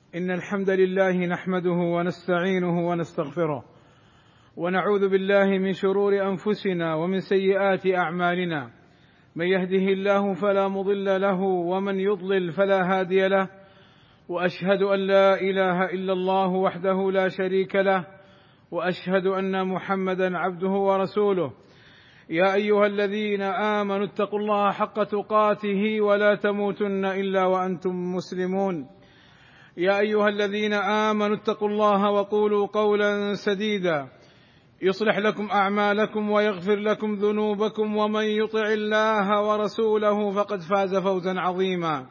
إن الحمد لله نحمده ونستعينه ونستغفره، ونعوذ بالله من شرور أنفسنا ومن سيئات أعمالنا. من يهده الله فلا مضل له، ومن يضلل فلا هادي له. وأشهد أن لا إله إلا الله وحده لا شريك له، وأشهد أن محمدا عبده ورسوله. يا أيها الذين آمنوا اتقوا الله حق تقاته ولا تموتن إلا وأنتم مسلمون. يا أيها الذين آمنوا اتقوا الله وقولوا قولا سديدا يصلح لكم أعمالكم ويغفر لكم ذنوبكم، ومن يطع الله ورسوله فقد فاز فوزا عظيما.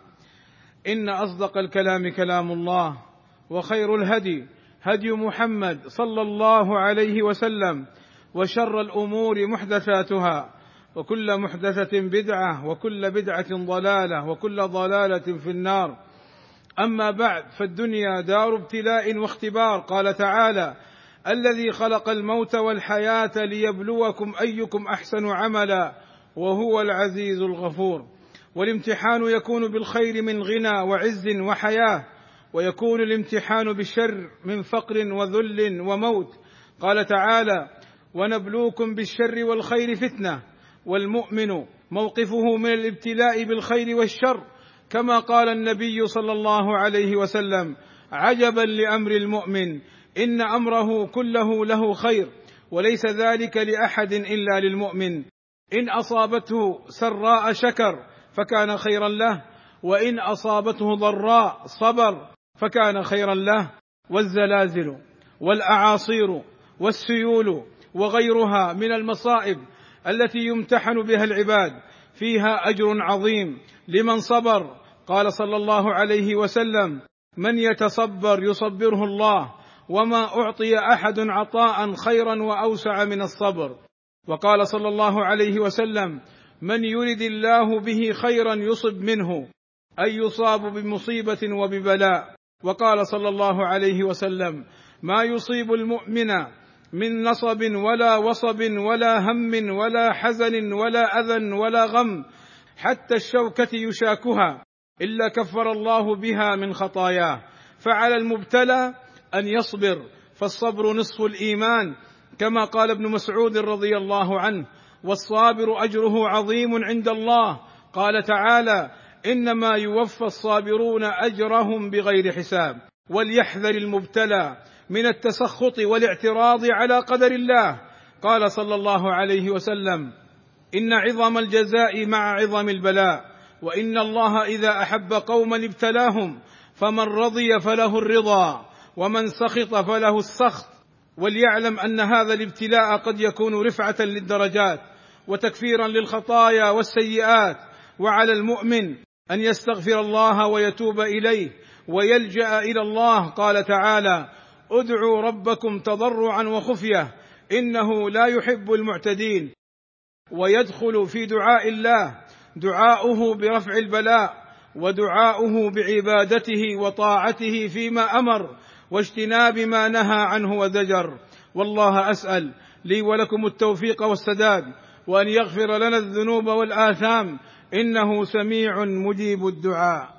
إن أصدق الكلام كلام الله، وخير الهدي هدي محمد صلى الله عليه وسلم، وشر الأمور محدثاتها، وكل محدثة بدعة، وكل بدعة ضلالة، وكل ضلالة في النار. أما بعد، فالدنيا دار ابتلاء واختبار. قال تعالى: الذي خلق الموت والحياة ليبلوكم أيكم أحسن عملا وهو العزيز الغفور. والامتحان يكون بالخير من غنى وعز وحياة، ويكون الامتحان بالشر من فقر وذل وموت. قال تعالى: ونبلوكم بالشر والخير فتنة. والمؤمن موقفه من الابتلاء بالخير والشر، كما قال النبي صلى الله عليه وسلم: عجبا لأمر المؤمن، إن أمره كله له خير، وليس ذلك لأحد إلا للمؤمن. إن أصابته سراء شكر فكان خيرا له، وإن أصابته ضراء صبر فكان خيرا له. والزلازل والأعاصير والسيول وغيرها من المصائب التي يمتحن بها العباد فيها أجر عظيم لمن صبر. قال صلى الله عليه وسلم: من يتصبر يصبره الله، وما أعطي أحد عطاء خيرا وأوسع من الصبر. وقال صلى الله عليه وسلم: من يرد الله به خيرا يصب منه، أي يصاب بمصيبة وببلاء. وقال صلى الله عليه وسلم: ما يصيب المؤمن من نصب ولا وصب ولا هم ولا حزن ولا أذى ولا غم، حتى الشوكة يشاكها، إلا كفر الله بها من خطاياه. فعلى المبتلى أن يصبر، فالصبر نصف الإيمان، كما قال ابن مسعود رضي الله عنه: والصابر أجره عظيم عند الله. قال تعالى: إنما يوفى الصابرون أجرهم بغير حساب. وليحذر المبتلى من التسخط والاعتراض على قدر الله. قال صلى الله عليه وسلم: إن عظم الجزاء مع عظم البلاء، وإن الله إذا أحب قوما ابتلاهم، فمن رضي فله الرضا، ومن سخط فله السخط. وليعلم أن هذا الابتلاء قد يكون رفعة للدرجات وتكفيرا للخطايا والسيئات، وعلى المؤمن أن يستغفر الله ويتوب إليه ويلجأ إلى الله. قال تعالى: ادعوا ربكم تضرعا وخفية إنه لا يحب المعتدين. ويدخل في دعاء الله دعاؤه برفع البلاء، ودعاؤه بعبادته وطاعته فيما أمر، واجتناب ما نهى عنه وزجر. والله أسأل لي ولكم التوفيق والسداد، وأن يغفر لنا الذنوب والآثام، إنه سميع مجيب الدعاء.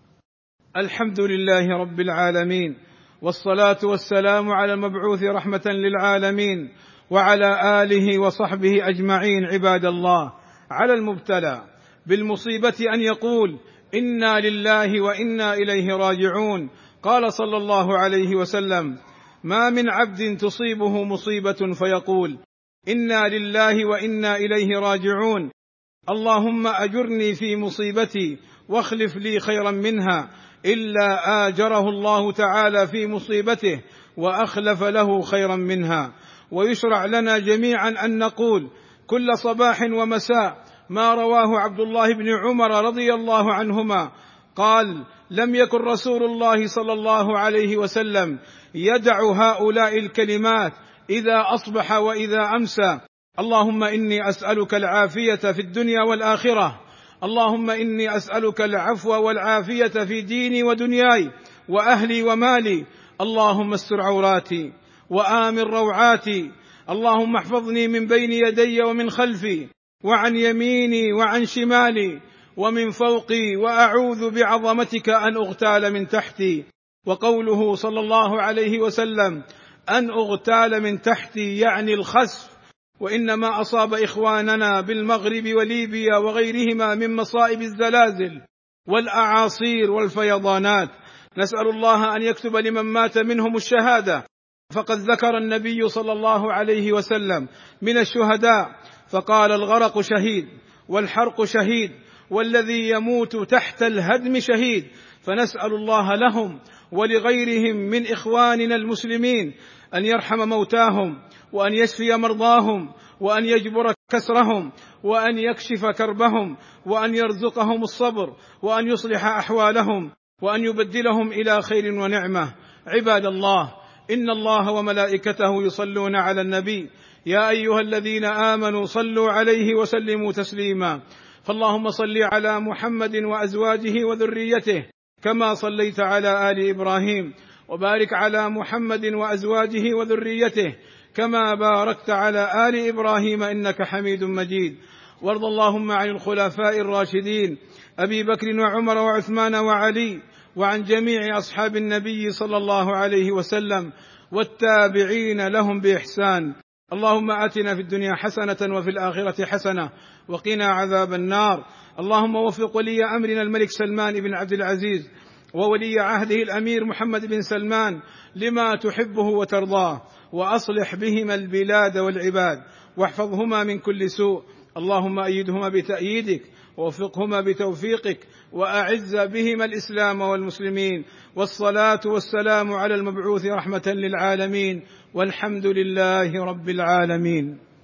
الحمد لله رب العالمين، والصلاة والسلام على المبعوث رحمة للعالمين، وعلى آله وصحبه أجمعين. عباد الله، على المبتلى بالمصيبة أن يقول: إنا لله وإنا إليه راجعون. قال صلى الله عليه وسلم: ما من عبد تصيبه مصيبة فيقول: إنا لله وإنا إليه راجعون، اللهم أجرني في مصيبتي واخلف لي خيرا منها، إلا آجره الله تعالى في مصيبته وأخلف له خيرا منها. ويشرع لنا جميعا أن نقول كل صباح ومساء ما رواه عبد الله بن عمر رضي الله عنهما قال: لم يكن رسول الله صلى الله عليه وسلم يدع هؤلاء الكلمات إذا أصبح وإذا أمسى: اللهم إني أسألك العافية في الدنيا والآخرة، اللهم إني أسألك العفو والعافية في ديني ودنياي وأهلي ومالي، اللهم استر عوراتي وآمن روعاتي، اللهم احفظني من بين يدي ومن خلفي وعن يميني وعن شمالي ومن فوقي، وأعوذ بعظمتك أن أغتال من تحتي. وقوله صلى الله عليه وسلم: أن أغتال من تحتي، يعني الخسف، وإنما أصاب إخواننا بالمغرب وليبيا وغيرهما من مصائب الزلازل والأعاصير والفيضانات. نسأل الله أن يكتب لمن مات منهم الشهادة، فقد ذكر النبي صلى الله عليه وسلم من الشهداء فقال: الغرق شهيد، والحرق شهيد، والذي يموت تحت الهدم شهيد. فنسأل الله لهم ولغيرهم من إخواننا المسلمين أن يرحم موتاهم، وأن يشفي مرضاهم، وأن يجبر كسرهم، وأن يكشف كربهم، وأن يرزقهم الصبر، وأن يصلح أحوالهم، وأن يبدلهم إلى خير ونعمة. عباد الله، إن الله وملائكته يصلون على النبي، يا أيها الذين آمنوا صلوا عليه وسلموا تسليما. فاللهم صل على محمد وأزواجه وذريته كما صليت على آل إبراهيم، وبارك على محمد وأزواجه وذريته كما باركت على آل إبراهيم إنك حميد مجيد. وارض اللهم عن الخلفاء الراشدين أبي بكر وعمر وعثمان وعلي، وعن جميع أصحاب النبي صلى الله عليه وسلم والتابعين لهم بإحسان. اللهم آتنا في الدنيا حسنة وفي الآخرة حسنة وقنا عذاب النار. اللهم وفق ولي أمرنا الملك سلمان بن عبد العزيز وولي عهده الأمير محمد بن سلمان لما تحبه وترضاه، وأصلح بهما البلاد والعباد، واحفظهما من كل سوء. اللهم أيدهما بتأييدك، ووفقهما بتوفيقك، وأعز بهما الإسلام والمسلمين. والصلاة والسلام على المبعوث رحمة للعالمين، والحمد لله رب العالمين.